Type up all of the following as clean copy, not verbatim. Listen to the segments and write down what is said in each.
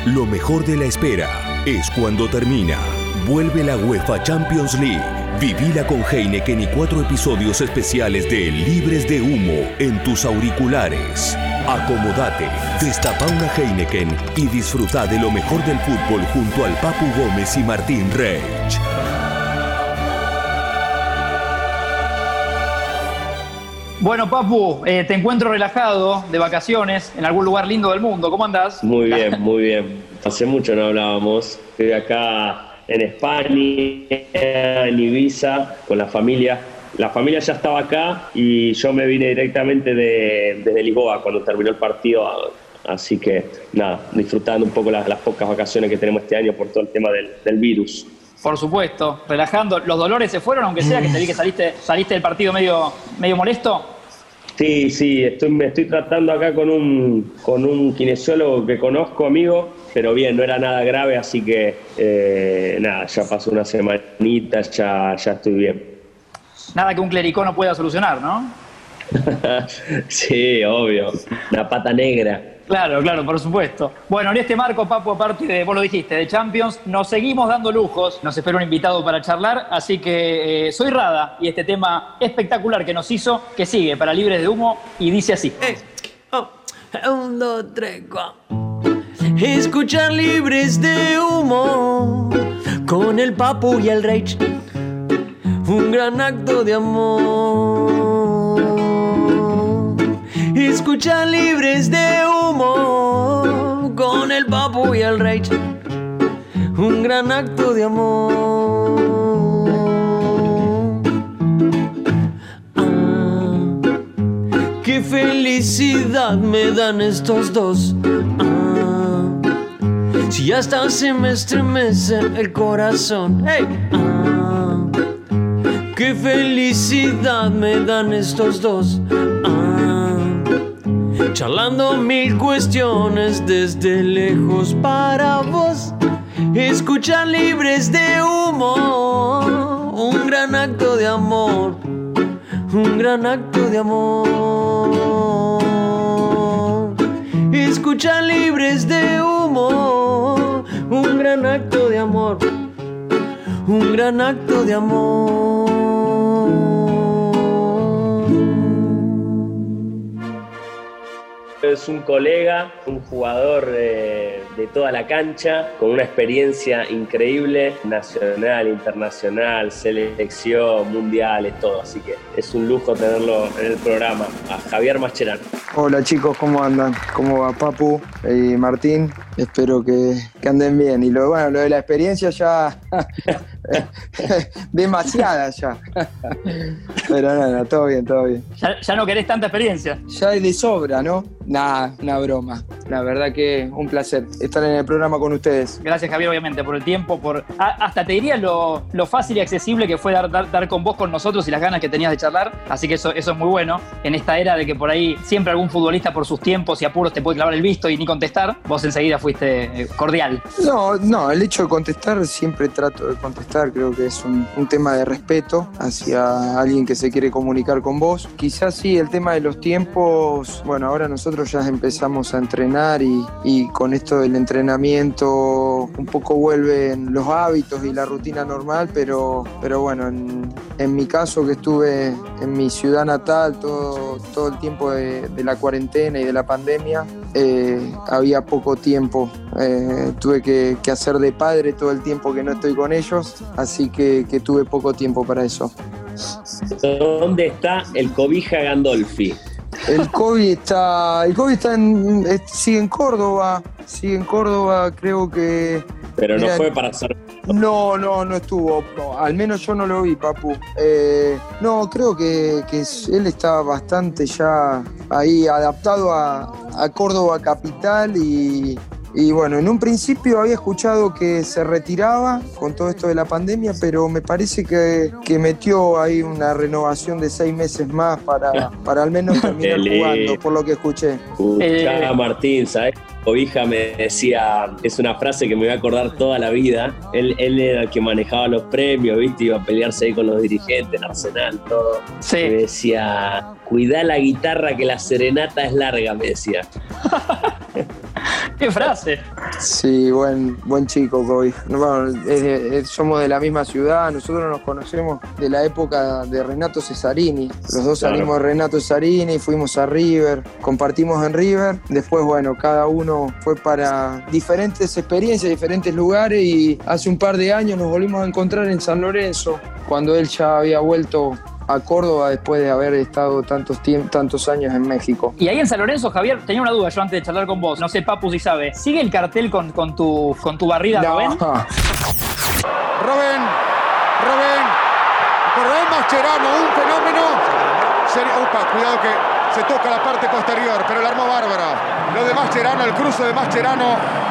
Lo mejor de la espera es cuando termina. Vuelve la UEFA Champions League. Vivila con Heineken y 4 episodios especiales de Libres de Humo en tus auriculares. Acomódate, destapa una Heineken y disfruta de lo mejor del fútbol junto al Papu Gómez y Martín Reich. Bueno, Papu, te encuentro relajado, de vacaciones, en algún lugar lindo del mundo. ¿Cómo andás? Muy bien, muy bien. Hace mucho no hablábamos. Estoy acá en España, en Ibiza, con la familia. La familia ya estaba acá y yo me vine directamente desde Lisboa cuando terminó el partido. Así que, nada, disfrutando un poco las pocas vacaciones que tenemos este año por todo el tema del virus. Por supuesto, relajando. ¿Los dolores se fueron, aunque sea que te vi que saliste del partido medio molesto? Sí, me estoy tratando acá con un kinesiólogo que conozco, amigo, pero bien, no era nada grave, así que nada, ya pasó una semanita, ya estoy bien. Nada que un clericó no pueda solucionar, ¿no? Sí, obvio, una pata negra. Claro, por supuesto. Bueno, en este marco, Papu, aparte de, vos lo dijiste, de Champions, nos seguimos dando lujos. Nos espera un invitado para charlar, así que soy Rada y este tema espectacular que nos hizo, que sigue para Libres de Humo y dice así. 1, 2, 3, 4. Escuchar Libres de Humo con el Papu y el Reich. Un gran acto de amor. Escuchar Libres de Humo con el Papu y el Reich. Un gran acto de amor. Qué felicidad me dan estos dos. Si hasta se me estremece el corazón. Hey. Qué felicidad me dan estos dos. Charlando mil cuestiones desde lejos para vos. Escuchar Libres de Humo. Un gran acto de amor. Un gran acto de amor. Escuchar Libres de Humo. Un gran acto de amor. Un gran acto de amor. Es un colega, un jugador de toda la cancha, con una experiencia increíble, nacional, internacional, selección, mundiales, todo. Así que es un lujo tenerlo en el programa, a Javier Mascherano. Hola chicos, ¿cómo andan? ¿Cómo va Papu y Martín? Espero que anden bien. Y lo de la experiencia ya... demasiada ya. Pero nada, todo bien. Ya no querés tanta experiencia. Ya es de sobra, ¿no? Nada, una broma. La verdad que un placer estar en el programa con ustedes. Gracias, Javier, obviamente, por el tiempo, hasta te diría lo fácil y accesible que fue dar con vos, con nosotros y las ganas que tenías de charlar. Así que eso es muy bueno. En esta era de que por ahí siempre algún futbolista por sus tiempos y apuros te puede clavar el visto y ni contestar, vos enseguida fuiste cordial. No, el hecho de contestar, siempre trato de contestar. Creo que es un tema de respeto hacia alguien que se quiere comunicar con vos. Quizás sí, el tema de los tiempos, bueno, ahora nosotros ya empezamos a entrenar y con esto del entrenamiento un poco vuelven los hábitos y la rutina normal, pero bueno, en mi caso, que estuve en mi ciudad natal todo el tiempo de la cuarentena y de la pandemia, había poco tiempo. Tuve que hacer de padre todo el tiempo que no estoy con ellos, así que tuve poco tiempo para eso. ¿Dónde está el Cobija Gandolfi? El COVID sigue en Córdoba, creo que... Pero no fue para hacer... No estuvo, no, al menos yo no lo vi, Papu. No, creo que él está bastante ya ahí adaptado a Córdoba capital y bueno, en un principio había escuchado que se retiraba con todo esto de la pandemia, pero me parece que metió ahí una renovación de 6 meses más para al menos terminar jugando, por lo que escuché. Martín, ¿sabes? Cobija me decía, es una frase que me voy a acordar toda la vida. Él era el que manejaba los premios, ¿viste? Iba a pelearse ahí con los dirigentes en Arsenal, todo. Sí. Me decía, cuidá la guitarra que la serenata es larga, me decía. ¡Qué frase! Sí, buen chico, Kobe. Bueno, somos de la misma ciudad, nosotros nos conocemos de la época de Renato Cesarini. Los dos salimos de Renato Cesarini, fuimos a River, compartimos en River. Después, bueno, cada uno fue para diferentes experiencias, diferentes lugares, y hace un par de años nos volvimos a encontrar en San Lorenzo, cuando él ya había vuelto a Córdoba después de haber estado tantos años en México. Y ahí en San Lorenzo, Javier, tenía una duda yo antes de charlar con vos. No sé, Papu, si sabe. ¿Sigue el cartel con tu barrida, No. Rubén? Rubén Mascherano, un fenómeno. Opa, cuidado que se toca la parte posterior, pero la armó bárbara. Lo de Mascherano, el cruce de Mascherano,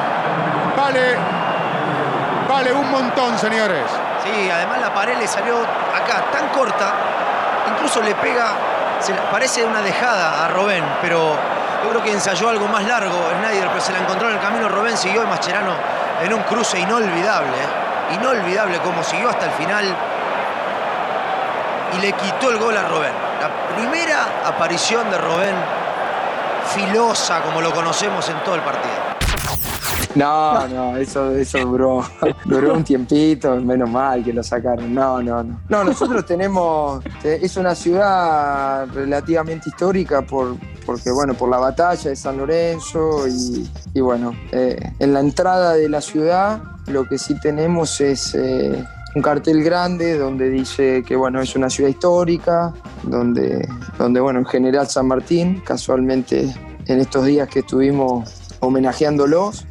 vale un montón, señores. Sí, además la pared le salió acá tan corta, incluso le pega, parece una dejada a Robben, pero yo creo que ensayó algo más largo Sneijder, pero se la encontró en el camino. Robben siguió y Mascherano en un cruce inolvidable, inolvidable como siguió hasta el final y le quitó el gol a Robben. La primera aparición de Robben filosa como lo conocemos en todo el partido. No, eso duró un tiempito, menos mal que lo sacaron. No, nosotros es una ciudad relativamente histórica porque bueno, por la batalla de San Lorenzo y bueno, en la entrada de la ciudad lo que sí tenemos es un cartel grande donde dice que bueno, es una ciudad histórica, donde bueno, en General San Martín, casualmente en estos días que estuvimos homenajeándolos,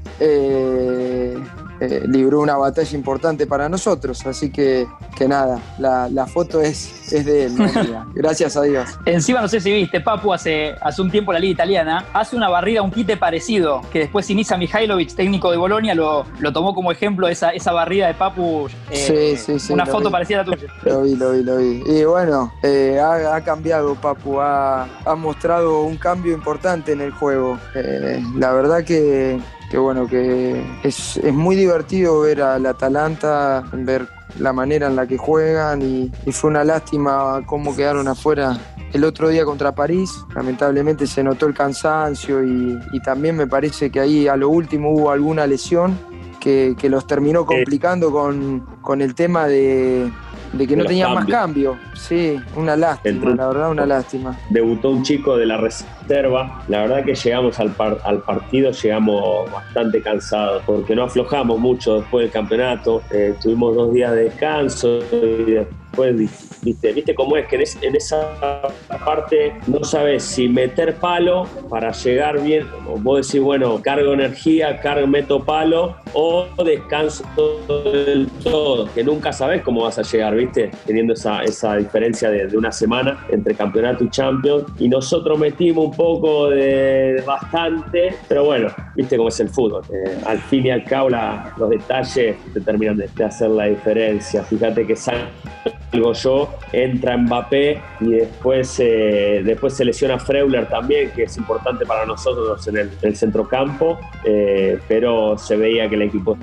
libró una batalla importante para nosotros, así que nada, la foto es de él, no mía. Gracias a Dios. Encima, no sé si viste, Papu hace un tiempo la liga italiana hace una barrida, un quite parecido, que después Sinisa Mihajlovic, técnico de Bolonia, lo tomó como ejemplo esa barrida de Papu. Sí, una foto parecida a la tuya. Lo vi. Y bueno, ha cambiado Papu, ha mostrado un cambio importante en el juego. La verdad que bueno, que es muy divertido ver al Atalanta, ver la manera en la que juegan y fue una lástima cómo quedaron afuera el otro día contra París. Lamentablemente se notó el cansancio y también me parece que ahí a lo último hubo alguna lesión que los terminó complicando con el tema de que no tenían más cambio. Sí, una lástima, la verdad, una lástima. Debutó un chico de la reserva. La verdad que llegamos al partido, llegamos bastante cansados porque no aflojamos mucho después del campeonato. Tuvimos 2 días de descanso y después, viste cómo es que en esa parte no sabes si meter palo para llegar bien, o vos decís, bueno, cargo energía, meto palo, o descanso del todo, que nunca sabes cómo vas a llegar, viste, teniendo esa diferencia de una semana entre campeonato y Champions, y nosotros metimos un poco de bastante, pero bueno, viste cómo es el fútbol. Al fin y al cabo los detalles te terminan de hacer la diferencia. Fíjate que salgo yo, entra Mbappé y después se lesiona Freuler también, que es importante para nosotros en el centrocampo, pero se veía que el equipo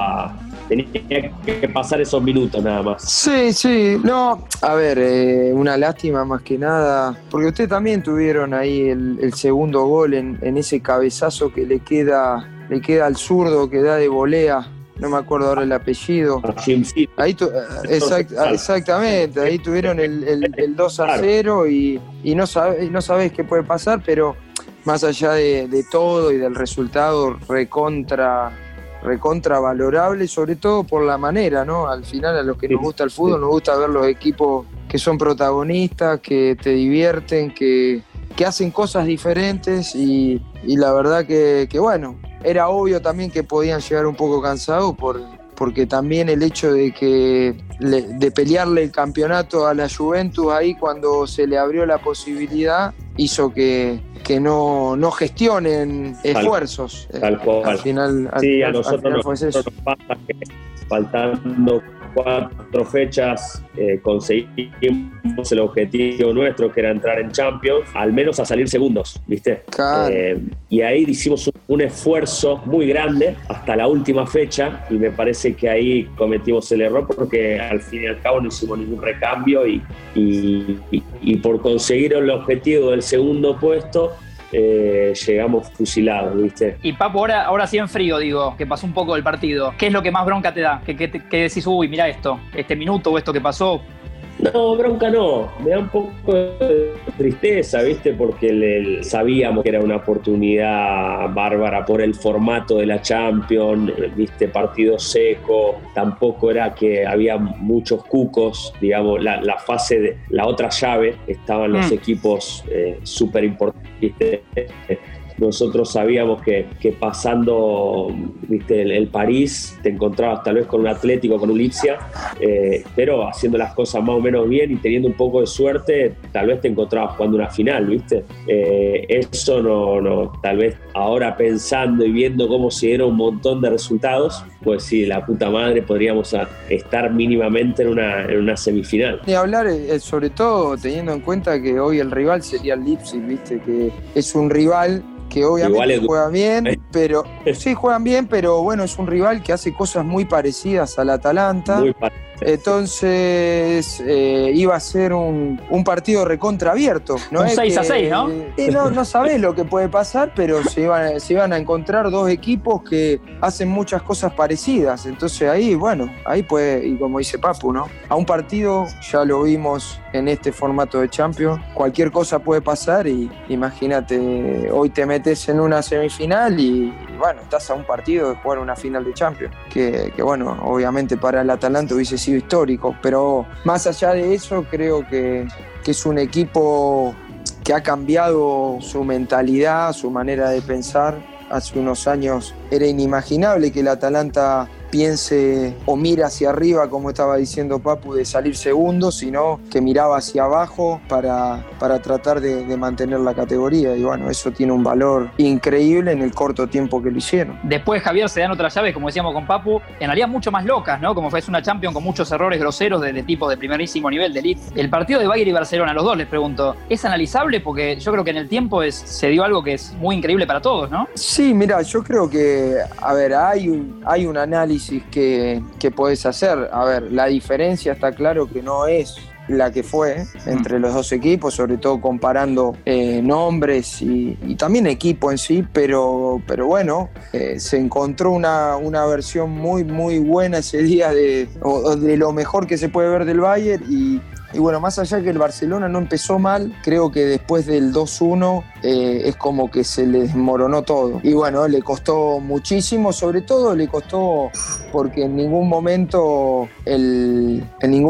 tenía que pasar esos minutos nada más. Sí, no, a ver, una lástima más que nada, porque ustedes también tuvieron ahí el segundo gol en ese cabezazo que le queda al zurdo que da de volea. No me acuerdo ahora el apellido. Ahí exactamente, ahí tuvieron el 2-0 y no sabés qué puede pasar, pero más allá de todo y del resultado recontra valorable, sobre todo por la manera, ¿no? Al final, a los que nos gusta el fútbol, nos gusta ver los equipos que son protagonistas, que te divierten, que hacen cosas diferentes y la verdad que bueno, era obvio también que podían llegar un poco cansados porque también el hecho de pelearle el campeonato a la Juventus ahí cuando se le abrió la posibilidad hizo que no gestionen esfuerzos. Tal cual. Al final fue eso. Nos pasa que faltando 4 fechas conseguimos el objetivo nuestro, que era entrar en Champions, al menos a salir segundos, ¿viste? Claro. Y ahí hicimos un esfuerzo muy grande hasta la última fecha y me parece que ahí cometimos el error porque al fin y al cabo no hicimos ningún recambio y por conseguir el objetivo del segundo puesto llegamos fusilados, ¿viste? Y Papu, ahora sí en frío, digo, que pasó un poco del partido. ¿Qué es lo que más bronca te da? ¿Qué decís, uy, mirá esto, este minuto o esto que pasó? No, bronca no, me da un poco de tristeza, ¿viste? Porque sabíamos que era una oportunidad bárbara por el formato de la Champions, ¿viste? Partido seco, tampoco era que había muchos cucos, digamos, la fase de la otra llave, estaban los equipos súper importantes, ¿viste? Nosotros sabíamos que pasando, ¿viste? el París te encontrabas tal vez con un Atlético, con un Lipsia, pero haciendo las cosas más o menos bien y teniendo un poco de suerte, tal vez te encontrabas jugando una final, ¿viste? Eso no, tal vez ahora pensando y viendo cómo se dieron un montón de resultados, pues sí, la puta madre, podríamos estar mínimamente en una semifinal. Ni hablar, sobre todo teniendo en cuenta que hoy el rival sería el Leipzig, ¿viste? Que es un rival que obviamente juegan bien, pero sí juegan bien, pero bueno, es un rival que hace cosas muy parecidas al Atalanta. Muy parecidas. Entonces iba a ser un partido recontra abierto. ¿No? Un 6-6, ¿no? No sabés lo que puede pasar, pero se iban a encontrar dos equipos que hacen muchas cosas parecidas. Entonces ahí puede, y como dice Papu, ¿no? A un partido ya lo vimos en este formato de Champions. Cualquier cosa puede pasar y imagínate, hoy te metes en una semifinal y bueno, estás a un partido de jugar una final de Champions. Que bueno, obviamente para el Atalanta hubiese sido histórico, pero más allá de eso creo que es un equipo que ha cambiado su mentalidad, su manera de pensar. Hace unos años era inimaginable que el Atalanta piense o mira hacia arriba, como estaba diciendo Papu, de salir segundo, sino que miraba hacia abajo para tratar de mantener la categoría. Y bueno, eso tiene un valor increíble en el corto tiempo que lo hicieron. Después, Javier, se dan otras llaves, como decíamos con Papu, en realidad mucho más locas, ¿no? Como fue una Champions con muchos errores groseros de tipos de primerísimo nivel, de elite. El partido de Bayern y Barcelona, los dos, les pregunto, ¿es analizable? Porque yo creo que en el tiempo se dio algo que es muy increíble para todos, ¿no? Sí, mira, yo creo que, a ver, hay un análisis que podés hacer. A ver, la diferencia está claro que no es la que fue entre los dos equipos, sobre todo comparando nombres y también equipo en sí, pero bueno, se encontró una versión muy, muy buena ese día de lo mejor que se puede ver del Bayern y bueno, más allá que el Barcelona no empezó mal, creo que después del 2-1 es como que se le desmoronó todo. Y bueno, le costó muchísimo, sobre todo le costó porque en ningún momento el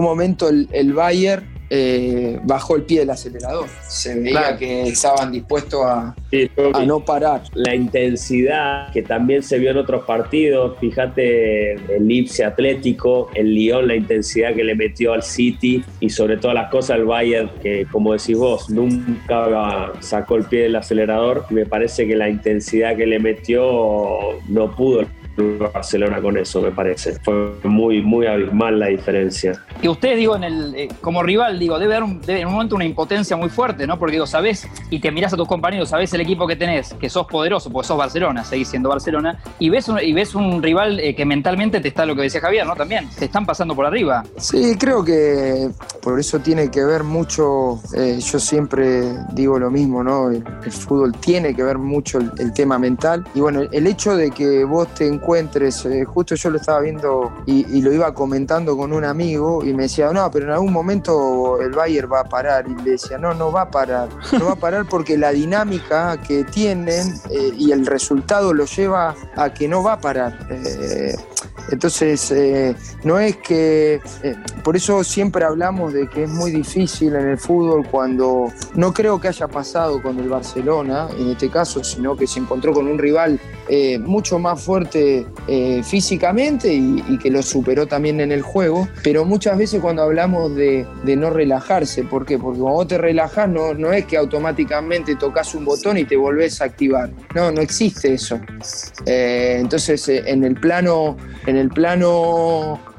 Bayern bajó el pie del acelerador. Se veía que estaban dispuestos a no parar. La intensidad que también se vio en otros partidos, fíjate el Lipsia Atlético, el Lyon, la intensidad que le metió al City y sobre todas las cosas el Bayern, que como decís vos, nunca sacó el pie del acelerador. Me parece que la intensidad que le metió no pudo Barcelona con eso, me parece. Fue muy, muy abismal la diferencia. Y ustedes, digo, como rival, digo, debe haber en un momento una impotencia muy fuerte, ¿no? Porque, digo, sabés y te mirás a tus compañeros, sabés el equipo que tenés, que sos poderoso, porque sos Barcelona, seguís siendo Barcelona, y ves un rival que mentalmente te está, lo que decía Javier, ¿no? También, te están pasando por arriba. Sí, creo que por eso tiene que ver mucho, yo siempre digo lo mismo, ¿no? El fútbol tiene que ver mucho el tema mental, y bueno, el hecho de que vos te encuentres, justo yo lo estaba viendo y lo iba comentando con un amigo y me decía, no, pero en algún momento el Bayern va a parar, y le decía, no va a parar porque la dinámica que tienen y el resultado lo lleva a que no va a parar. Entonces, no es que... por eso siempre hablamos de que es muy difícil en el fútbol cuando no creo que haya pasado con el Barcelona, en este caso, sino que se encontró con un rival mucho más fuerte físicamente y que lo superó también en el juego, pero muchas veces cuando hablamos de no relajarse, ¿por qué? Porque cuando vos te relajás no es que automáticamente tocas un botón y te volvés a activar, no existe eso. Entonces en el plano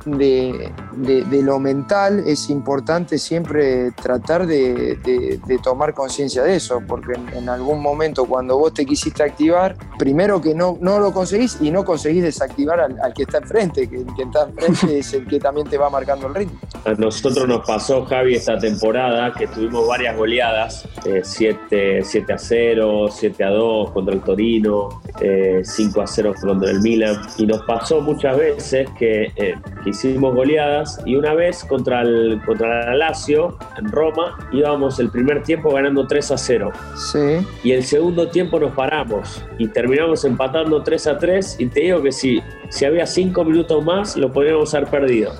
de lo mental, es importante siempre tratar de tomar conciencia de eso, porque en algún momento cuando vos te quisiste activar, primero que no lo conseguís y no conseguís desactivar al que está enfrente, que el que está enfrente es el que también te va marcando el ritmo. A nosotros nos pasó, Javi, esta temporada que tuvimos varias goleadas, 7-0, 7-2 contra el Torino, 5-0 contra el Milan, y nos pasó muchas veces que hicimos goleadas, y una vez contra la Lazio en Roma íbamos el primer tiempo ganando 3-0, sí, y el segundo tiempo nos paramos y terminamos empatando 3-3, y te digo que si había 5 minutos más lo podríamos haber perdido.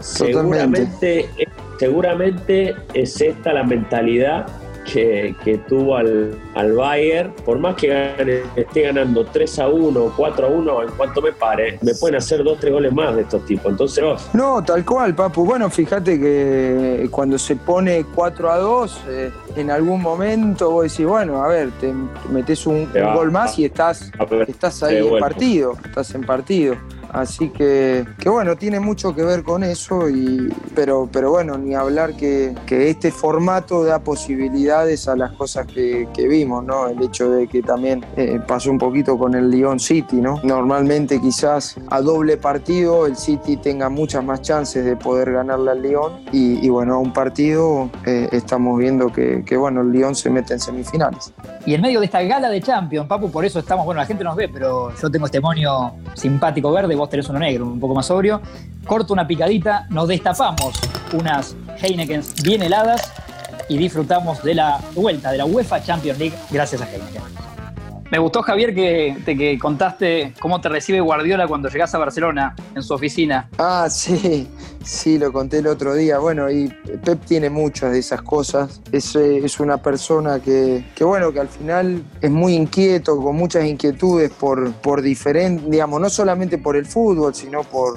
Seguramente es esta la mentalidad que tuvo al Bayern. Por más que esté ganando 3-1, 4-1, en cuanto me pare, me pueden hacer 2-3 goles más de estos tipos. Entonces no, tal cual, Papu. Bueno, fíjate que cuando se pone 4-2, en algún momento vos decís, bueno, a ver, te metés un gol más y estás ahí en partido, estás en partido. Así que bueno, tiene mucho que ver con eso, pero bueno, ni hablar que este formato da posibilidades a las cosas que vimos, ¿no? El hecho de que también pasó un poquito con el Lyon City, ¿no? Normalmente quizás a doble partido el City tenga muchas más chances de poder ganarle al Lyon y bueno, a un partido estamos viendo que bueno, el Lyon se mete en semifinales. Y en medio de esta gala de Champions, Papu, por eso estamos, bueno, la gente nos ve, pero yo tengo este moño simpático verde, vos tenés uno negro, un poco más sobrio. Corto una picadita, nos destapamos unas Heineken bien heladas y disfrutamos de la vuelta de la UEFA Champions League gracias a Heineken. Me gustó, Javier, que contaste cómo te recibe Guardiola cuando llegás a Barcelona en su oficina. Ah, sí, lo conté el otro día. Bueno, y Pep tiene muchas de esas cosas. Es una persona que bueno, que al final es muy inquieto, con muchas inquietudes por diferentes, digamos, no solamente por el fútbol, sino por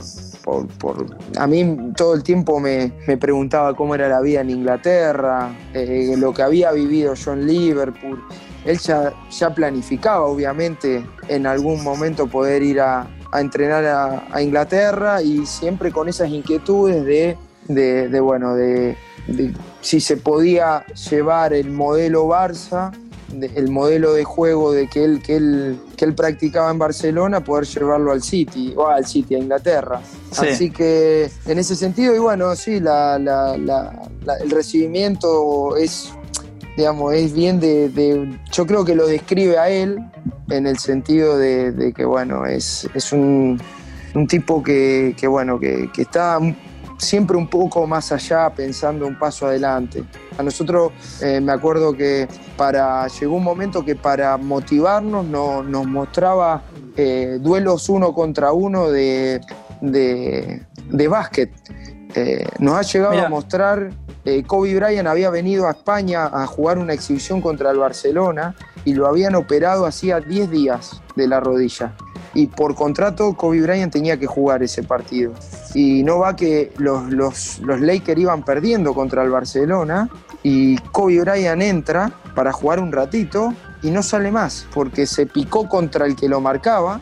a mí todo el tiempo me preguntaba cómo era la vida en Inglaterra, lo que había vivido yo en Liverpool. Él ya planificaba, obviamente, en algún momento poder ir a entrenar a Inglaterra, y siempre con esas inquietudes de si se podía llevar el modelo Barça, el modelo de juego que él practicaba en Barcelona, poder llevarlo al City, a Inglaterra. Sí. Así que en ese sentido, y bueno, sí, el recibimiento es, digamos, es bien yo creo que lo describe a él en el sentido de que, bueno, es un tipo que está siempre un poco más allá, pensando un paso adelante. A nosotros me acuerdo que llegó un momento que para motivarnos nos mostraba duelos 1 contra 1 de básquet. Nos ha llegado a mostrar, Kobe Bryant había venido a España a jugar una exhibición contra el Barcelona y lo habían operado hacía 10 días de la rodilla. Y por contrato Kobe Bryant tenía que jugar ese partido. Y no va que los Lakers iban perdiendo contra el Barcelona y Kobe Bryant entra para jugar un ratito y no sale más porque se picó contra el que lo marcaba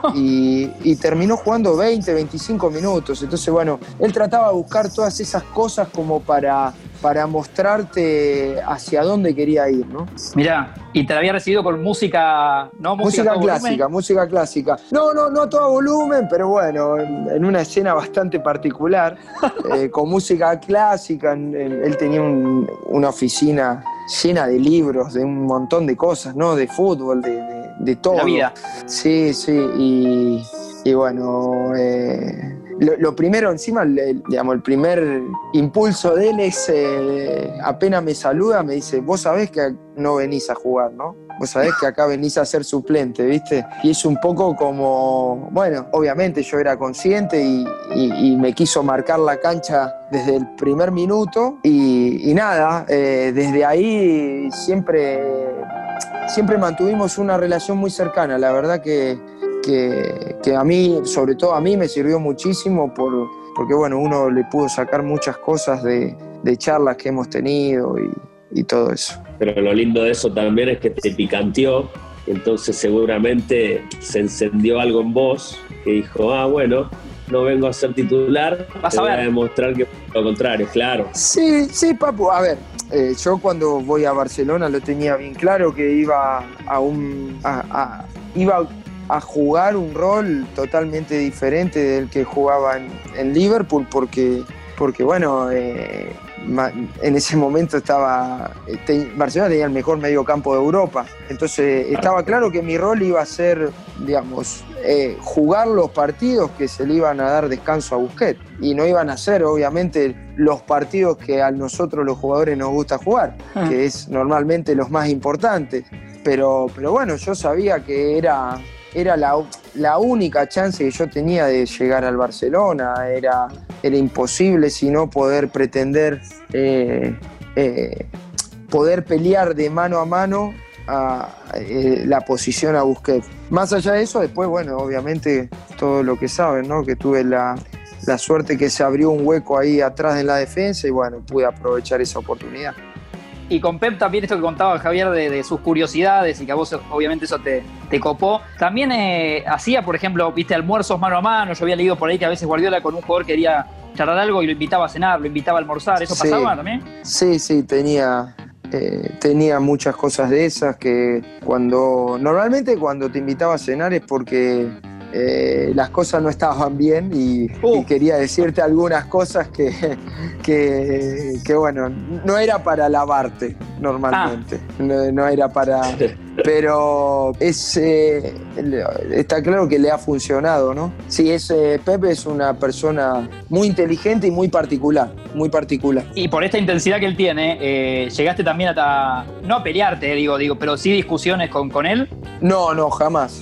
y terminó jugando 20, 25 minutos. Entonces, bueno, él trataba de buscar todas esas cosas como para mostrarte hacia dónde quería ir, ¿no? Mirá, y te la había recibido con música, ¿no? Música clásica. No a todo volumen, pero bueno, en una escena bastante particular, con música clásica. Él tenía una oficina llena de libros, de un montón de cosas, ¿no? De fútbol, de todo. La vida. Sí, y bueno, lo primero, encima, digamos, el primer impulso de él es, apenas me saluda, me dice, vos sabés que no venís a jugar, ¿no? Vos sabés que acá venís a ser suplente, ¿viste? Y es un poco como, bueno, obviamente yo era consciente y me quiso marcar la cancha desde el primer minuto y nada, desde ahí siempre mantuvimos una relación muy cercana. La verdad que a mí, sobre todo a mí, me sirvió muchísimo porque bueno, uno le pudo sacar muchas cosas de charlas que hemos tenido y todo eso. Pero lo lindo de eso también es que te picanteó, entonces seguramente se encendió algo en vos que dijo, bueno, no vengo a ser titular, Vas a ver. Voy a demostrar que lo contrario, claro. Sí, Papu, a ver, yo cuando voy a Barcelona lo tenía bien claro que iba a jugar un rol totalmente diferente del que jugaba en Liverpool, porque bueno, en ese momento Barcelona tenía el mejor mediocampo de Europa, entonces estaba claro que mi rol iba a ser, digamos, jugar los partidos que se le iban a dar descanso a Busquets, y no iban a ser obviamente los partidos que a nosotros los jugadores nos gusta jugar, que es normalmente los más importantes, pero bueno, yo sabía que era la única chance que yo tenía de llegar al Barcelona. Era imposible sino poder pretender poder pelear de mano a mano la posición a Busquets. Más allá de eso, después, bueno, obviamente todo lo que saben, ¿no? Que tuve la suerte que se abrió un hueco ahí atrás en la defensa y bueno, pude aprovechar esa oportunidad. Y con Pep también esto que contaba Javier de sus curiosidades y que a vos obviamente eso te copó. También hacía, por ejemplo, viste, almuerzos mano a mano. Yo había leído por ahí que a veces Guardiola con un jugador quería charlar algo y lo invitaba a cenar, lo invitaba a almorzar. ¿Eso pasaba también? Sí, tenía muchas cosas de esas que normalmente cuando te invitaba a cenar es porque las cosas no estaban bien y quería decirte algunas cosas que bueno, no era para alabarte normalmente, no era para... Pero está claro que le ha funcionado, ¿no? Sí, Pepe es una persona muy inteligente y muy particular. Y por esta intensidad que él tiene, ¿llegaste también no a pelearte, digo, pero sí discusiones con él? No, jamás.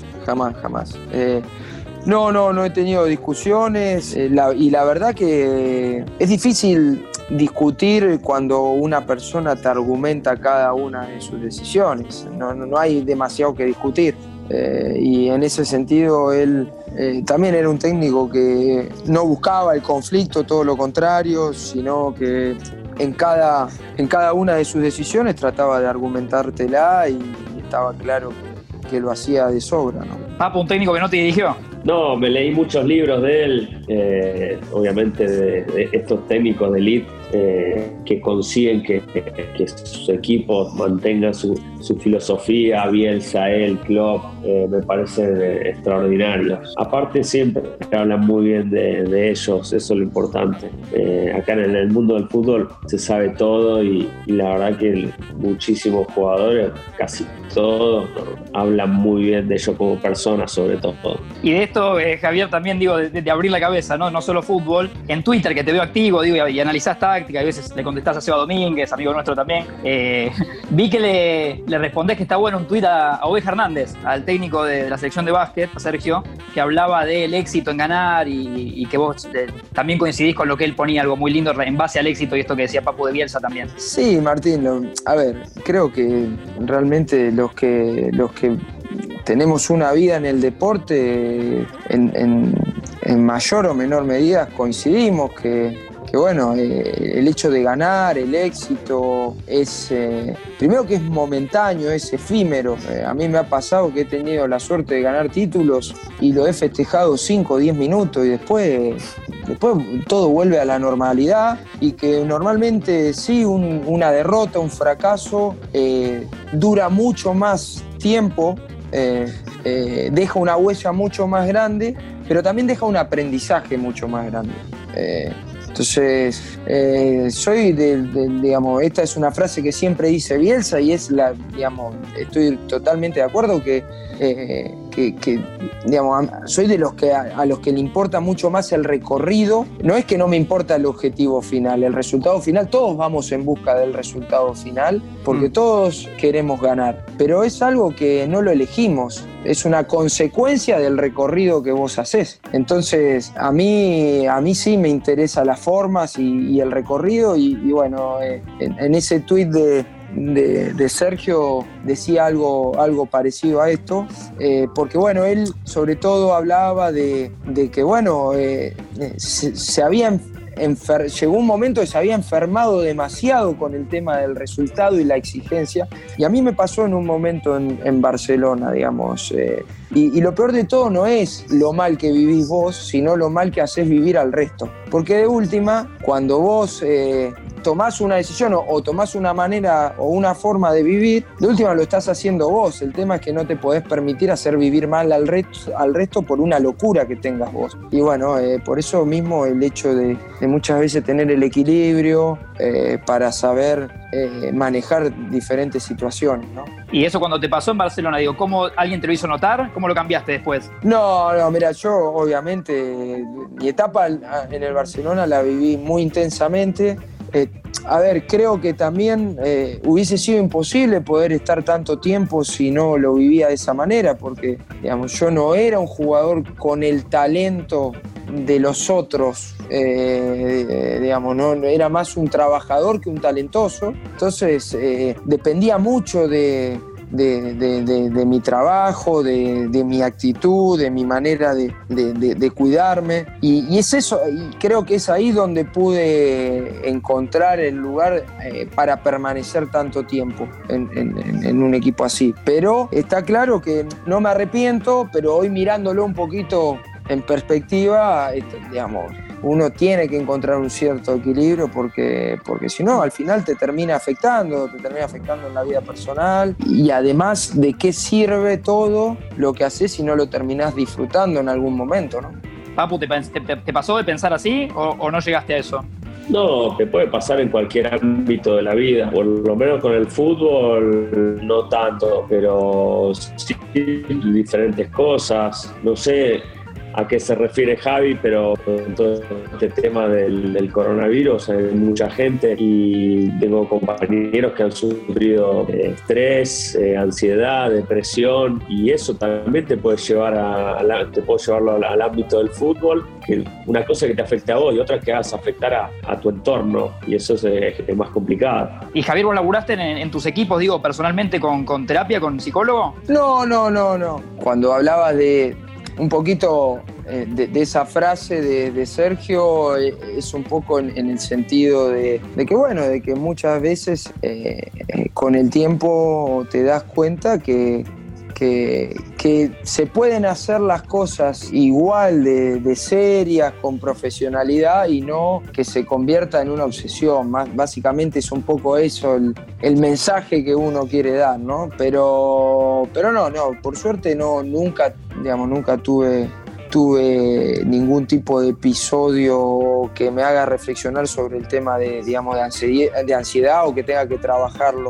No he tenido discusiones y la verdad que es difícil discutir cuando una persona te argumenta cada una de sus decisiones. No hay demasiado que discutir. Y en ese sentido él también era un técnico que no buscaba el conflicto, todo lo contrario, sino que en cada una de sus decisiones trataba de argumentártela y estaba claro que lo hacía de sobra, ¿no? Papu, un técnico que no te dirigió. No, me leí muchos libros de él, obviamente de estos técnicos de elite que consiguen que sus equipos mantengan su filosofía. Bielsa, él, Klopp, me parecen extraordinarios. Aparte siempre hablan muy bien de ellos, eso es lo importante. Acá en el mundo del fútbol se sabe todo y la verdad que muchísimos jugadores, casi todos, hablan muy bien de ellos como personas sobre todo. Y de esto, Javier, también digo, de abrir la cabeza, ¿no? No solo fútbol. En Twitter, que te veo activo, digo, y analizás táctica, y a veces le contestás a Seba Domínguez, amigo nuestro también. Vi que le respondés que está bueno un tuit a Oveja Hernández, al técnico de la selección de básquet, a Sergio, que hablaba del éxito en ganar y que vos también coincidís con lo que él ponía, algo muy lindo en base al éxito y esto que decía Papu de Bielsa también. Sí, Martín, a ver, creo que realmente los que tenemos una vida en el deporte, en mayor o menor medida coincidimos que bueno, el hecho de ganar, el éxito, es primero que es momentáneo, es efímero. A mí me ha pasado que he tenido la suerte de ganar títulos y lo he festejado 5 o 10 minutos y después todo vuelve a la normalidad, y que normalmente sí, una derrota, un fracaso dura mucho más tiempo, deja una huella mucho más grande, pero también deja un aprendizaje mucho más grande. Entonces, soy digamos, esta es una frase que siempre dice Bielsa y estoy totalmente de acuerdo que digamos, soy de los que a los que le importa mucho más el recorrido. No es que no me importa el objetivo final, el resultado final, todos vamos en busca del resultado final, porque todos queremos ganar, pero es algo que no lo elegimos, es una consecuencia del recorrido que vos hacés. Entonces, a mí sí me interesa las formas y el recorrido, y bueno, en ese tuit de Sergio decía algo parecido a esto, porque bueno, él sobre todo hablaba de que bueno, se había llegó un momento que se había enfermado demasiado con el tema del resultado y la exigencia, y a mí me pasó en un momento en Barcelona, digamos, y lo peor de todo no es lo mal que vivís vos, sino lo mal que haces vivir al resto, porque de última, cuando vos tomás una decisión o tomás una manera o una forma de vivir, de última lo estás haciendo vos. El tema es que no te podés permitir hacer vivir mal al resto por una locura que tengas vos. Y bueno, por eso mismo el hecho de muchas veces tener el equilibrio para saber manejar diferentes situaciones, ¿no? Y eso cuando te pasó en Barcelona, digo, ¿cómo alguien te lo hizo notar? ¿Cómo lo cambiaste después? No, mira, yo obviamente mi etapa en el Barcelona la viví muy intensamente. A ver, creo que también hubiese sido imposible poder estar tanto tiempo si no lo vivía de esa manera, porque, digamos, yo no era un jugador con el talento de los otros, digamos, no era más un trabajador que un talentoso. Entonces dependía mucho de mi trabajo, de mi actitud, de mi manera de cuidarme, y es eso, y creo que es ahí donde pude encontrar el lugar para permanecer tanto tiempo en un equipo así. Pero está claro que no me arrepiento, pero hoy mirándolo un poquito en perspectiva, digamos, uno tiene que encontrar un cierto equilibrio porque si no, al final te termina afectando en la vida personal, y además de qué sirve todo lo que haces si no lo terminás disfrutando en algún momento, ¿no? Papu, ¿te pasó de pensar así o no llegaste a eso? No, te puede pasar en cualquier ámbito de la vida, por lo menos con el fútbol no tanto, pero sí diferentes cosas, no sé a qué se refiere Javi, pero en todo este tema del coronavirus hay mucha gente y tengo compañeros que han sufrido estrés, ansiedad, depresión, y eso también te puede llevar te puede llevarlo al ámbito del fútbol, que una cosa es que te afecte a vos y otra es que hagas afectar a tu entorno, y eso es más complicado. Y Javier, ¿vos laburaste en tus equipos, digo, personalmente con terapia, con psicólogo? No. Cuando hablabas de un poquito de esa frase de Sergio, es un poco en el sentido de que muchas veces con el tiempo te das cuenta que se pueden hacer las cosas igual de serias, con profesionalidad, y no que se convierta en una obsesión. Básicamente es un poco eso el mensaje que uno quiere dar, ¿no? Pero no, por suerte nunca tuve ningún tipo de episodio que me haga reflexionar sobre el tema de ansiedad o que tenga que trabajarlo.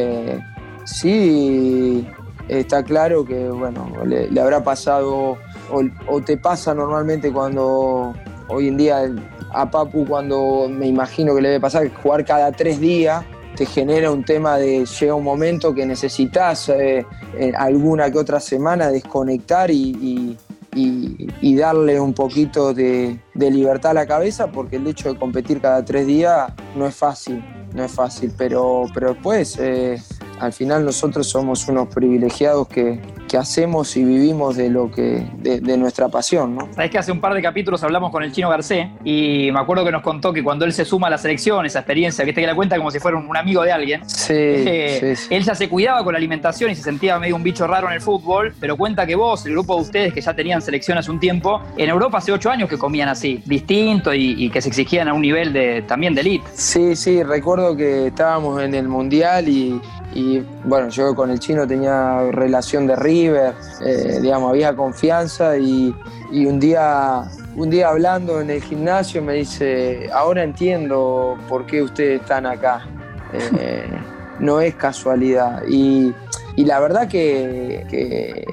Sí, está claro que le habrá pasado o te pasa normalmente cuando hoy en día a Papu, cuando me imagino que le debe pasar, que jugar cada 3 días te genera un tema de llega un momento que necesitas alguna que otra semana desconectar y darle un poquito de libertad a la cabeza, porque el hecho de competir cada 3 días no es fácil, pero después al final nosotros somos unos privilegiados que hacemos y vivimos de nuestra pasión, ¿no? Sabés que hace un par de capítulos hablamos con el Chino Garcés y me acuerdo que nos contó que cuando él se suma a la selección, esa experiencia, que la cuenta como si fuera un amigo de alguien, sí. Él ya se cuidaba con la alimentación y se sentía medio un bicho raro en el fútbol, pero cuenta que vos, el grupo de ustedes que ya tenían selección hace un tiempo, en Europa hace 8 años que comían así, distinto, y que se exigían a un nivel también de elite. Sí, recuerdo que estábamos en el Mundial y bueno, yo con el Chino tenía relación de River, había confianza, y un día hablando en el gimnasio me dice: ahora entiendo por qué ustedes están acá, no es casualidad. Y la verdad que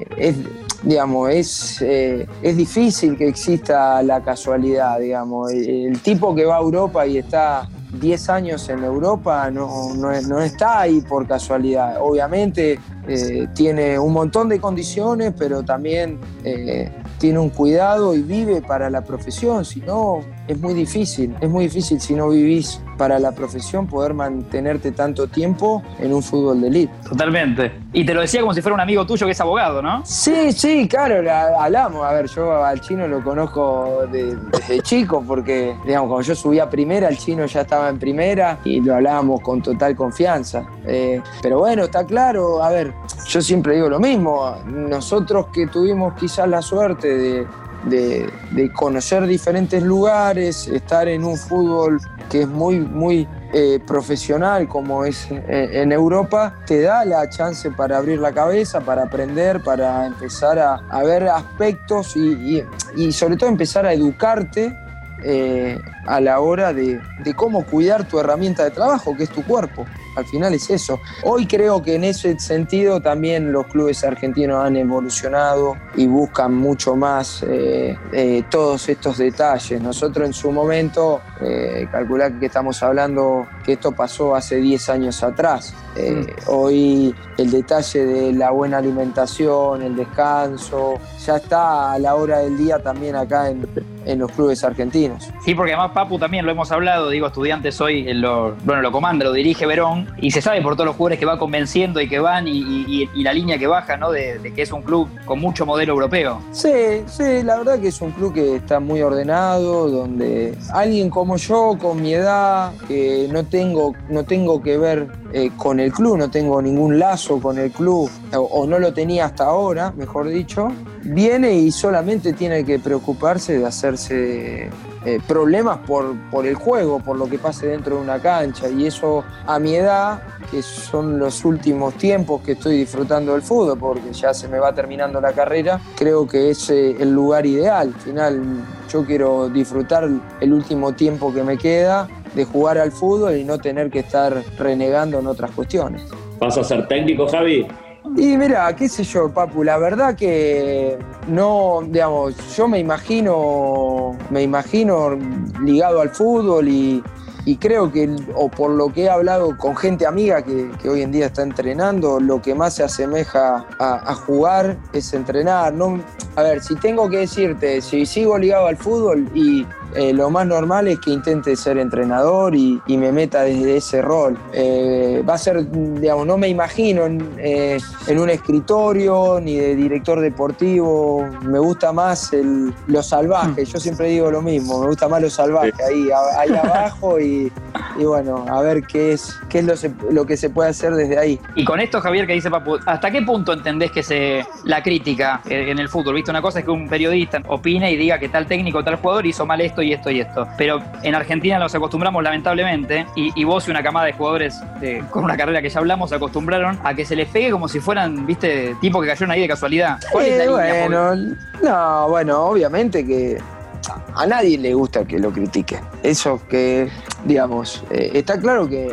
es difícil que exista la casualidad, digamos. El tipo que va a Europa y está 10 años en Europa no está ahí por casualidad. Obviamente tiene un montón de condiciones, pero también tiene un cuidado y vive para la profesión, si no es muy difícil si no vivís para la profesión poder mantenerte tanto tiempo en un fútbol de elite. Totalmente. Y te lo decía como si fuera un amigo tuyo que es abogado, ¿no? Sí, claro, hablamos. A ver, yo al Chino lo conozco desde chico porque, digamos, cuando yo subí a primera, el Chino ya estaba en primera y lo hablábamos con total confianza. Pero bueno, está claro, a ver, yo siempre digo lo mismo. Nosotros que tuvimos quizás la suerte de conocer diferentes lugares, estar en un fútbol que es muy profesional como es en Europa, te da la chance para abrir la cabeza, para aprender, para empezar a ver aspectos y sobre todo empezar a educarte a la hora de cómo cuidar tu herramienta de trabajo, que es tu cuerpo. Al final es eso. Hoy creo que en ese sentido también los clubes argentinos han evolucionado y buscan mucho más todos estos detalles. Nosotros en su momento, calculá que estamos hablando que esto pasó hace 10 años atrás. Hoy el detalle de la buena alimentación, el descanso, ya está a la hora del día también acá en los clubes argentinos. Sí, porque además Papu también lo hemos hablado, digo, Estudiantes hoy lo comanda, lo dirige Verón, y se sabe por todos los jugadores que va convenciendo y que van y la línea que baja, ¿no? De que es un club con mucho modelo europeo. Sí, la verdad que es un club que está muy ordenado, donde alguien como yo, con mi edad, que no tengo que ver con el club, no tengo ningún lazo con el club, o no lo tenía hasta ahora, mejor dicho, viene y solamente tiene que preocuparse de hacerse problemas por el juego, por lo que pase dentro de una cancha, y eso a mi edad, que son los últimos tiempos que estoy disfrutando del fútbol, porque ya se me va terminando la carrera, creo que es el lugar ideal. Al final yo quiero disfrutar el último tiempo que me queda de jugar al fútbol y no tener que estar renegando en otras cuestiones. ¿Vas a ser técnico, Javi? Y mira, qué sé yo, Papu, la verdad que no, digamos, yo me imagino ligado al fútbol y creo que, o por lo que he hablado con gente amiga que hoy en día está entrenando, lo que más se asemeja a jugar es entrenar. No, a ver, si tengo que decirte, si sigo ligado al fútbol y lo más normal es que intente ser entrenador y me meta desde ese rol. Va a ser, digamos, no me imagino en un escritorio ni de director deportivo. Me gusta más lo salvaje. Yo siempre digo lo mismo, me gusta más lo salvaje ahí abajo y bueno, a ver qué es lo que se puede hacer desde ahí. Y con esto, Javier, que dice Papu, ¿hasta qué punto entendés que la crítica en el fútbol? ¿Viste? Una cosa es que un periodista opine y diga que tal técnico, tal jugador hizo mal esto y esto y esto. Pero en Argentina nos acostumbramos, lamentablemente, y vos y una camada de jugadores con una carrera que ya hablamos se acostumbraron a que se les pegue como si fueran, viste, tipo que cayeron ahí de casualidad. ¿Cuál es la línea? Bueno, obviamente que a nadie le gusta que lo critiquen. Eso que, digamos, está claro que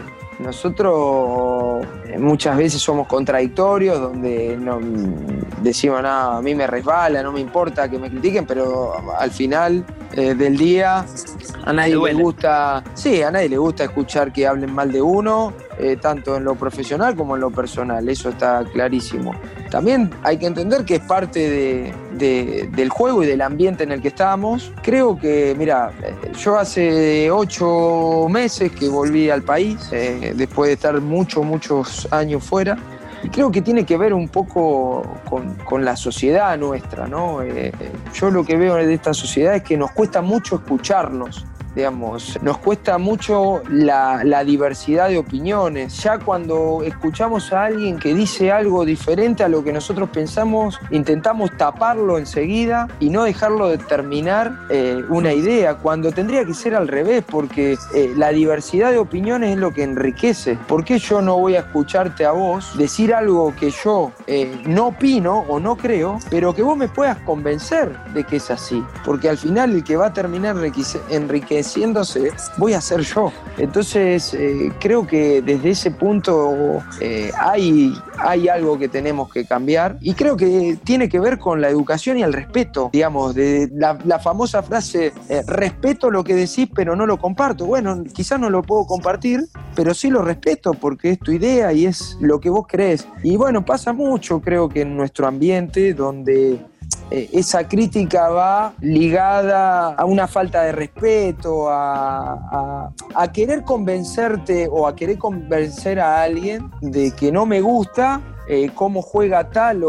nosotros muchas veces somos contradictorios, donde decimos, no, a mí me resbala, no me importa que me critiquen, pero al final del día a nadie le gusta, a nadie le gusta escuchar que hablen mal de uno, tanto en lo profesional como en lo personal, eso está clarísimo. También hay que entender que es parte del juego y del ambiente en el que estamos. Creo que, mira, yo hace 8 meses que volví al país, después de estar muchos años fuera, y creo que tiene que ver un poco con la sociedad nuestra, ¿no? Yo lo que veo de esta sociedad es que nos cuesta mucho escucharnos. Digamos, nos cuesta mucho la diversidad de opiniones. Ya cuando escuchamos a alguien que dice algo diferente a lo que nosotros pensamos, intentamos taparlo enseguida y no dejarlo de terminar una idea, cuando tendría que ser al revés, porque la diversidad de opiniones es lo que enriquece. ¿Por qué yo no voy a escucharte a vos decir algo que yo no opino o no creo, pero que vos me puedas convencer de que es así? Porque al final el que va a terminar enriqueciéndose voy a ser yo. Entonces creo que desde ese punto hay algo que tenemos que cambiar, y creo que tiene que ver con la educación y el respeto, digamos, de la famosa frase, respeto lo que decís pero no lo comparto. Bueno, quizás no lo puedo compartir, pero sí lo respeto porque es tu idea y es lo que vos crees. Y bueno, pasa mucho, creo que en nuestro ambiente, donde esa crítica va ligada a una falta de respeto, a querer convencerte o a querer convencer a alguien de que no me gusta cómo juega tal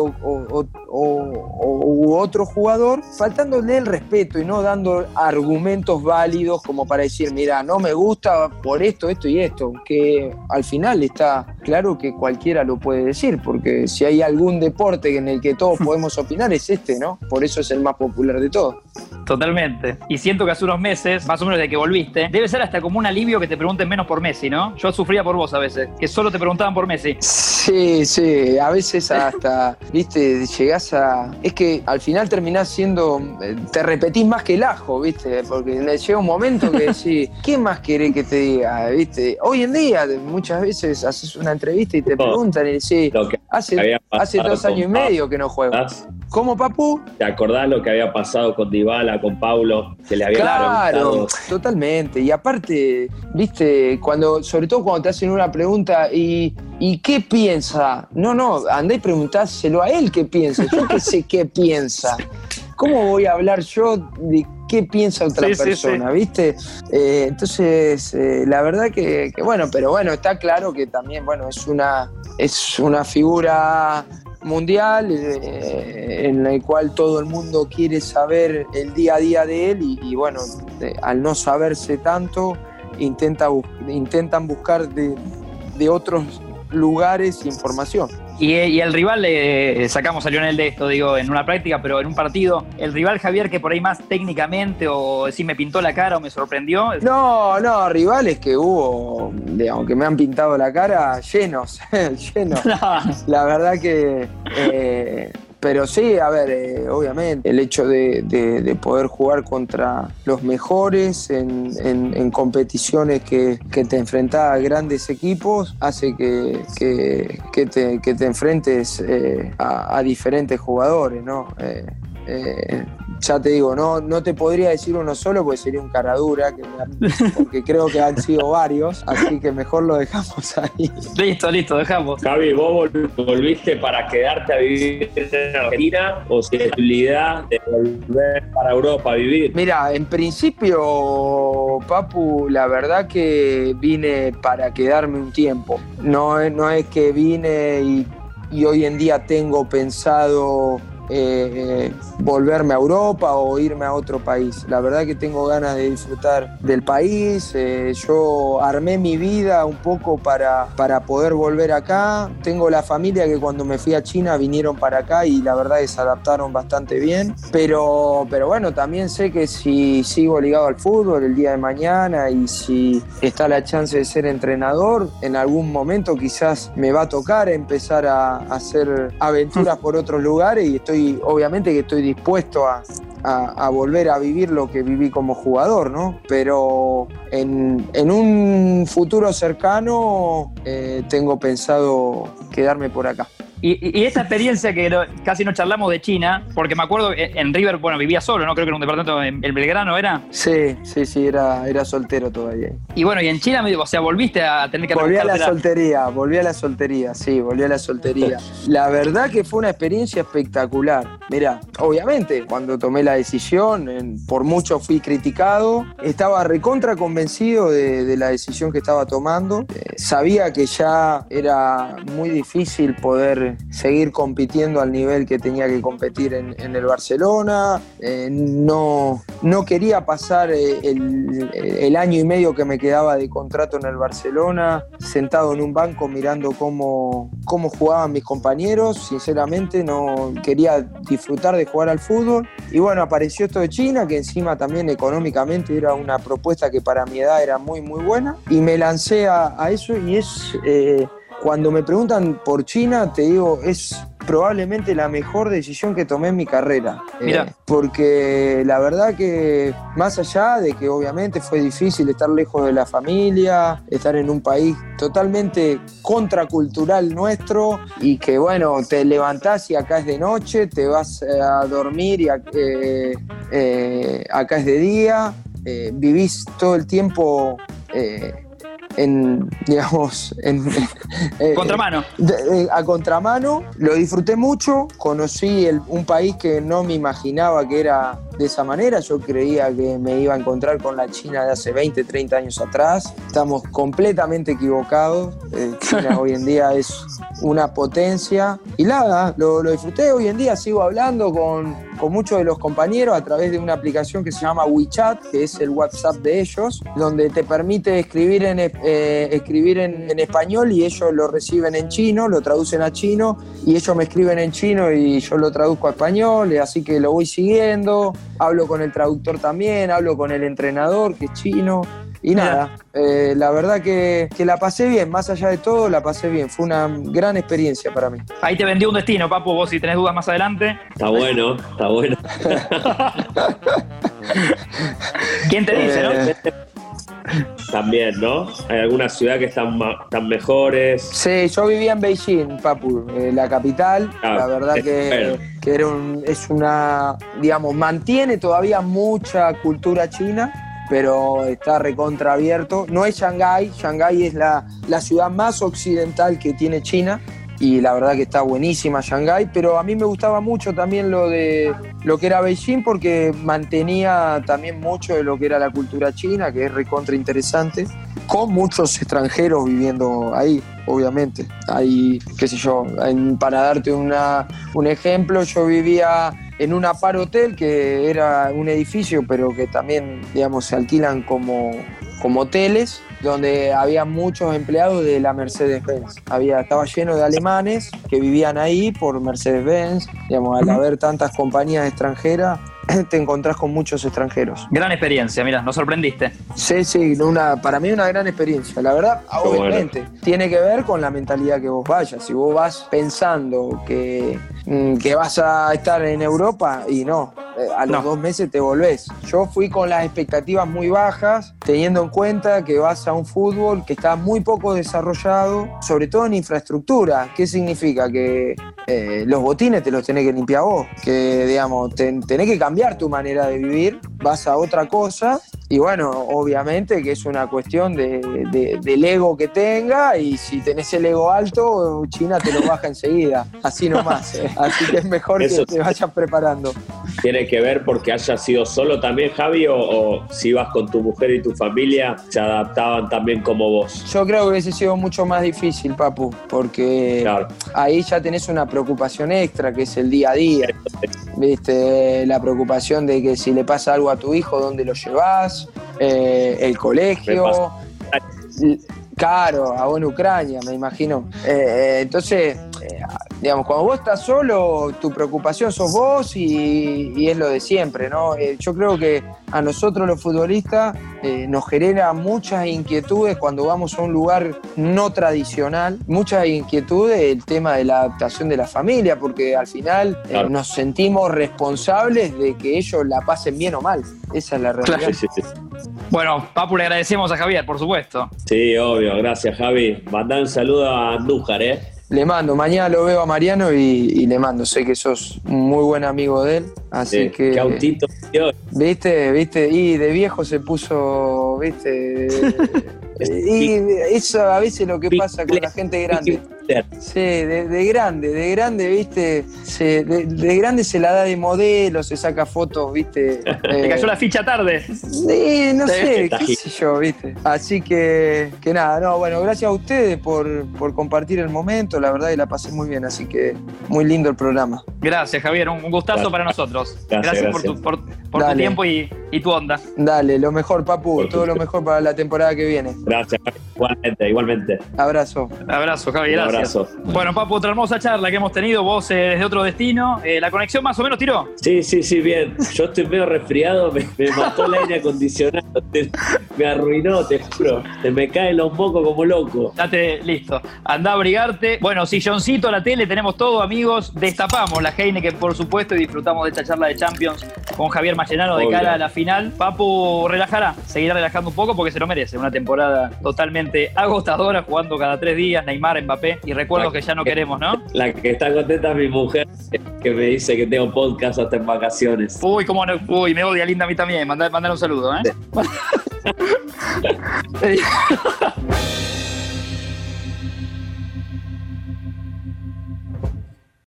u otro jugador, faltándole el respeto y no dando argumentos válidos como para decir, mira, no me gusta por esto, esto y esto, que al final está claro que cualquiera lo puede decir, porque si hay algún deporte en el que todos podemos opinar es este, ¿no? Por eso es el más popular de todos. Totalmente. Y siento que hace unos meses, más o menos desde que volviste, debe ser hasta como un alivio que te pregunten menos por Messi, ¿no? Yo sufría por vos a veces, que solo te preguntaban por Messi. Sí, a veces hasta, viste, llegás a... Es que al final terminás siendo... Te repetís más que el ajo, viste, porque llega un momento que decís, ¿qué más querés que te diga, viste? Hoy en día muchas veces haces una entrevista y te preguntan y decís, hace 2 años y medio que no juego. ¿Cómo, Papu? ¿Te acordás lo que había pasado con Dybala, con Paulo? Que le había Claro, totalmente. Y aparte, viste, sobre todo cuando te hacen una pregunta ¿y qué piensa? No, andá y preguntáselo a él qué piensa. Yo qué sé qué piensa. ¿Cómo voy a hablar yo de qué piensa otra persona, viste? Entonces, la verdad que bueno, pero bueno, está claro que también, bueno, es una figura mundial en el cual todo el mundo quiere saber el día a día de él y bueno, al no saberse tanto, intentan buscar de otros lugares información. Y el rival, sacamos a Lionel de esto, digo, en una práctica, pero en un partido, el rival Javier que por ahí más técnicamente o si me pintó la cara o me sorprendió. No, rivales que hubo, aunque me han pintado la cara, llenos. La verdad que... pero sí, a ver, obviamente, el hecho de poder jugar contra los mejores en competiciones que te enfrentás a grandes equipos hace que te enfrentes a diferentes jugadores, ¿no? Ya te digo, no te podría decir uno solo porque sería un cara dura, porque creo que han sido varios, así que mejor lo dejamos ahí. Listo, dejamos. Javi, ¿vos volviste para quedarte a vivir en Argentina o si es posibilidad de volver para Europa a vivir? Mira, en principio, Papu, la verdad que vine para quedarme un tiempo. No es que vine y hoy en día tengo pensado volverme a Europa o irme a otro país. La verdad que tengo ganas de disfrutar del país. Yo armé mi vida un poco para poder volver acá. Tengo la familia que cuando me fui a China vinieron para acá y la verdad que se adaptaron bastante bien. Pero bueno, también sé que si sigo ligado al fútbol el día de mañana y si está la chance de ser entrenador, en algún momento quizás me va a tocar empezar a hacer aventuras por otros lugares y obviamente que estoy dispuesto a volver a vivir lo que viví como jugador, ¿no? Pero en un futuro cercano tengo pensado quedarme por acá. Y esta experiencia que casi no charlamos de China, porque me acuerdo que en River, bueno, vivía solo, ¿no? Creo que en un departamento en Belgrano, ¿era? Sí, era soltero todavía. Y bueno, y en China, o sea, volviste a tener que... Volví a la soltería. La verdad que fue una experiencia espectacular. Mirá, obviamente, cuando tomé la decisión, por mucho fui criticado, estaba recontra convencido de la decisión que estaba tomando. Sabía que ya era muy difícil poder seguir compitiendo al nivel que tenía que competir en el Barcelona. No quería pasar el año y medio que me quedaba de contrato en el Barcelona sentado en un banco mirando cómo jugaban mis compañeros. Sinceramente no quería disfrutar de jugar al fútbol y bueno, apareció esto de China, que encima también económicamente era una propuesta que para mi edad era muy muy buena y me lancé a eso y es... Cuando me preguntan por China, te digo, es probablemente la mejor decisión que tomé en mi carrera. Porque la verdad que, más allá de que obviamente fue difícil estar lejos de la familia, estar en un país totalmente contracultural nuestro, y que bueno, te levantás y acá es de noche, te vas a dormir y acá es de día, vivís todo el tiempo... Contramano. A contramano, lo disfruté mucho, conocí un país que no me imaginaba que era de esa manera. Yo creía que me iba a encontrar con la China de hace 20, 30 años atrás. Estamos completamente equivocados. China hoy en día es una potencia. Y nada, lo disfruté. Hoy en día sigo hablando con muchos de los compañeros a través de una aplicación que se llama WeChat, que es el WhatsApp de ellos, donde te permite escribir en español y ellos lo reciben en chino, lo traducen a chino y ellos me escriben en chino y yo lo traduzco a español, así que lo voy siguiendo. Hablo con el traductor también, hablo con el entrenador que es chino. Y nada, la verdad que la pasé bien, más allá de todo la pasé bien, fue una gran experiencia para mí. Ahí te vendió un destino, Papu, vos si tenés dudas más adelante. Está bueno. ¿Quién te dice, no? También, ¿no? Hay algunas ciudades que están mejores. Sí, yo vivía en Beijing, Papu, la capital. La verdad que es una, digamos, mantiene todavía mucha cultura china, pero está recontra abierto. No es Shanghái, Shanghái es la ciudad más occidental que tiene China y la verdad que está buenísima Shanghái, pero a mí me gustaba mucho también lo que era Beijing porque mantenía también mucho de lo que era la cultura china, que es recontra interesante, con muchos extranjeros viviendo ahí, obviamente. Ahí, qué sé yo, para darte un ejemplo, yo vivía en un apart hotel que era un edificio, pero que también, digamos, se alquilan como hoteles, donde había muchos empleados de la Mercedes-Benz. Estaba lleno de alemanes que vivían ahí por Mercedes-Benz. Digamos, al haber tantas compañías extranjeras, te encontrás con muchos extranjeros. Gran experiencia, mira, nos sorprendiste. Sí, para mí una gran experiencia. La verdad, obviamente, tiene que ver con la mentalidad que vos vayas. Si vos vas pensando que vas a estar en Europa y no, a los 2 meses te volvés. Yo fui con las expectativas muy bajas, teniendo en cuenta que vas a un fútbol que está muy poco desarrollado, sobre todo en infraestructura. ¿Qué significa? Que los botines te los tenés que limpiar vos, que digamos, tenés que cambiar tu manera de vivir, vas a otra cosa. Y bueno, obviamente que es una cuestión del ego que tenga, y si tenés el ego alto, China te lo baja enseguida, así nomás. Así que es mejor que te vayas preparando. ¿Tiene que ver porque hayas sido solo también, Javi, o si ibas con tu mujer y tu familia, se adaptaban también como vos? Yo creo que hubiese sido mucho más difícil, Papu, porque ahí ya tenés una preocupación extra, que es el día a día. ¿Viste? La preocupación de que si le pasa algo a tu hijo, ¿dónde lo llevas? El colegio. Claro, a vos en Ucrania, me imagino. Entonces, digamos, cuando vos estás solo, tu preocupación sos vos y es lo de siempre, ¿no? Yo creo que a nosotros los futbolistas nos genera muchas inquietudes cuando vamos a un lugar no tradicional, muchas inquietudes el tema de la adaptación de la familia, porque al final nos sentimos responsables de que ellos la pasen bien o mal. Esa es la realidad. Claro, sí. Bueno, Papu, le agradecemos a Javier, por supuesto. Sí, obvio, gracias, Javi. Mandá un saludo a Andújar, Le mando, mañana lo veo a Mariano y le mando. Sé que sos un muy buen amigo de él, así que... Qué autito. ¿Viste? Y de viejo se puso, ¿viste? Y eso a veces es lo que pasa con la gente grande. Sí, de grande, ¿viste? De grande se la da de modelo, se saca fotos, ¿viste? Te cayó la ficha tarde. Sí, no sé, qué sé yo, ¿viste? Así que nada, no, bueno, gracias a ustedes por compartir el momento, la verdad que la pasé muy bien, así que muy lindo el programa. Gracias, Javier, un gustazo para nosotros. Gracias. Por tu tiempo y tu onda. Dale, lo mejor, Papu, todo lo mejor para la temporada que viene. Gracias, igualmente. Abrazo, Javi, gracias. Abrazo. Bueno, Papu, otra hermosa charla que hemos tenido, vos desde otro destino. ¿La conexión más o menos tiró? Sí, bien. Yo estoy medio resfriado, me mató el aire acondicionado, me arruinó, te juro. Se me caen los mocos como loco. Date listo, andá a abrigarte. Bueno, silloncito, la tele, tenemos todo, amigos. Destapamos la Heineken, por supuesto, y disfrutamos de esta charla de Champions con Javier Mascherano de cara a la final. Papu seguirá relajando un poco porque se lo merece. Una temporada totalmente agotadora, jugando cada 3 días, Neymar, Mbappé y recuerdos que ya no queremos, ¿no? La que está contenta es mi mujer, que me dice que tengo podcast hasta en vacaciones. Uy, cómo no. Uy, me odia Linda a mí también. Mandar un saludo,